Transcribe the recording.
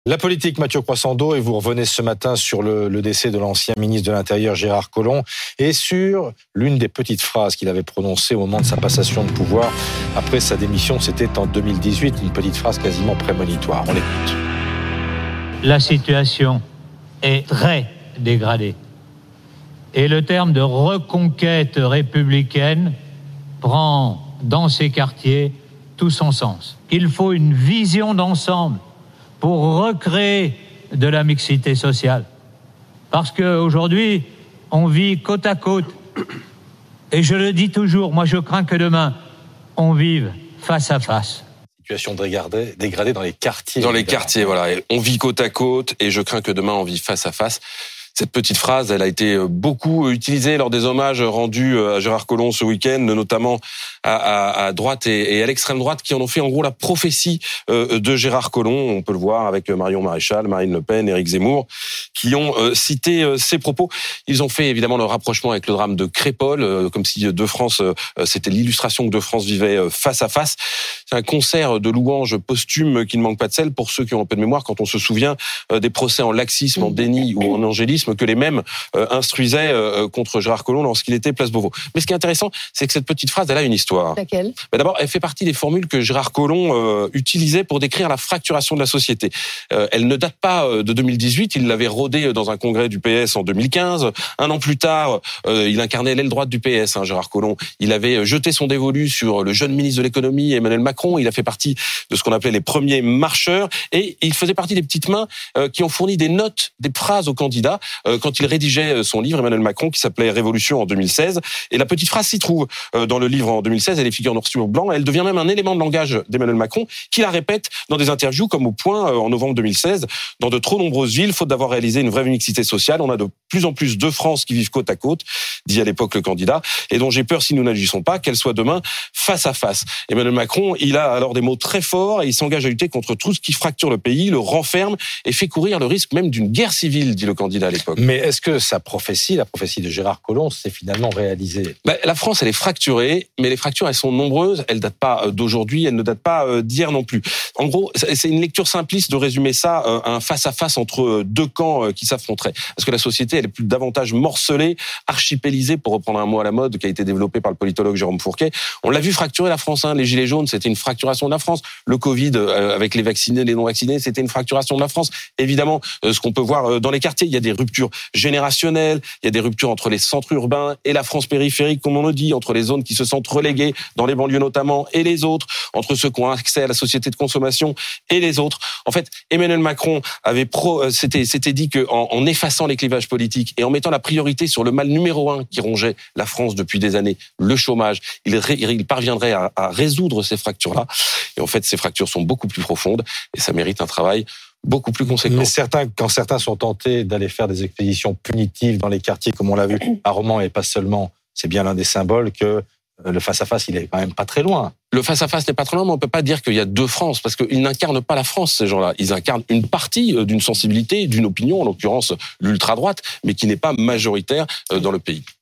La politique, Mathieu Croissando, et vous revenez ce matin sur le décès de l'ancien ministre de l'Intérieur Gérard Collomb et sur l'une des petites phrases qu'il avait prononcées au moment de sa passation de pouvoir après sa démission, c'était en 2018, une petite phrase quasiment prémonitoire. On l'écoute. La situation est très dégradée et le terme de reconquête républicaine prend dans ces quartiers tout son sens. Il faut une vision d'ensemble pour recréer de la mixité sociale. Parce qu'aujourd'hui, on vit côte à côte. Et je le dis toujours, moi je crains que demain, on vive face à face. Situation dégradée dans les quartiers. Dans les quartiers, voilà. Et on vit côte à côte et je crains que demain, on vive face à face. Cette petite phrase, elle a été beaucoup utilisée lors des hommages rendus à Gérard Collomb ce week-end, notamment à droite et à l'extrême droite, qui en ont fait en gros la prophétie de Gérard Collomb. On peut le voir avec Marion Maréchal, Marine Le Pen, Éric Zemmour, qui ont cité ses propos. Ils ont fait évidemment le rapprochement avec le drame de Crépol, comme si Deux France, c'était l'illustration que Deux France vivait face à face. C'est un concert de louanges posthumes qui ne manque pas de sel pour ceux qui ont un peu de mémoire, quand on se souvient des procès en laxisme, en déni ou en angélisme que les mêmes instruisaient contre Gérard Collomb lorsqu'il était place Beauvau. Mais ce qui est intéressant, c'est que cette petite phrase, elle a une histoire. Laquelle ? D'abord, elle fait partie des formules que Gérard Collomb utilisait pour décrire la fracturation de la société. Elle ne date pas de 2018, il l'avait rodée dans un congrès du PS en 2015. Un an plus tard, il incarnait l'aile droite du PS, Gérard Collomb. Il avait jeté son dévolu sur le jeune ministre de l'économie, Emmanuel Macron. Il a fait partie de ce qu'on appelait les premiers marcheurs. Et il faisait partie des petites mains qui ont fourni des notes, des phrases aux candidats quand il rédigeait son livre, Emmanuel Macron, qui s'appelait Révolution en 2016. Et la petite phrase s'y trouve dans le livre en 2016, elle est figure noir sur blanc, elle devient même un élément de langage d'Emmanuel Macron, qui la répète dans des interviews comme au Point en novembre 2016. Dans de trop nombreuses villes, faute d'avoir réalisé une vraie mixité sociale, on a de plus en plus de France qui vivent côte à côte, dit à l'époque le candidat, et dont j'ai peur, si nous n'agissons pas, qu'elle soit demain face à face. Emmanuel Macron, il a alors des mots très forts et il s'engage à lutter contre tout ce qui fracture le pays, le renferme et fait courir le risque même d'une guerre civile, dit le candidat à l'époque. Mais est-ce que sa prophétie, la prophétie de Gérard Collomb, s'est finalement réalisée ? La France, elle est fracturée, mais les fractures, elles sont nombreuses. Elles ne datent pas d'aujourd'hui, elles ne datent pas d'hier non plus. En gros, c'est une lecture simpliste de résumer ça à un face-à-face entre deux camps qui s'affronteraient. Parce que la société, elle est plus davantage morcelée, archipélisée, pour reprendre un mot à la mode, qui a été développé par le politologue Jérôme Fourquet. On l'a vu fracturer la France. Les gilets jaunes, c'était une fracturation de la France. Le Covid, avec les vaccinés, les non-vaccinés, c'était une fracturation de la France. Évidemment, ce qu'on peut voir dans les quartiers, il y a des ruptures générationnelles, il y a des ruptures entre les centres urbains et la France périphérique, comme on le dit, entre les zones qui se sentent reléguées, dans les banlieues notamment, et les autres, entre ceux qui ont accès à la société de consommation et les autres. En fait, Emmanuel Macron s'était dit qu'en effaçant les clivages politiques et en mettant la priorité sur le mal numéro 1 qui rongeait la France depuis des années, le chômage, il parviendrait à résoudre ces fractures-là. Et en fait, ces fractures sont beaucoup plus profondes et ça mérite un travail beaucoup plus conséquent. Mais quand certains sont tentés d'aller faire des expéditions punitives dans les quartiers, comme on l'a vu à Romans et pas seulement, c'est bien l'un des symboles que le face-à-face, il est quand même pas très loin. Le face-à-face n'est pas très loin, mais on peut pas dire qu'il y a deux France, parce qu'ils n'incarnent pas la France, ces gens-là. Ils incarnent une partie d'une sensibilité, d'une opinion, en l'occurrence l'ultra-droite, mais qui n'est pas majoritaire dans le pays.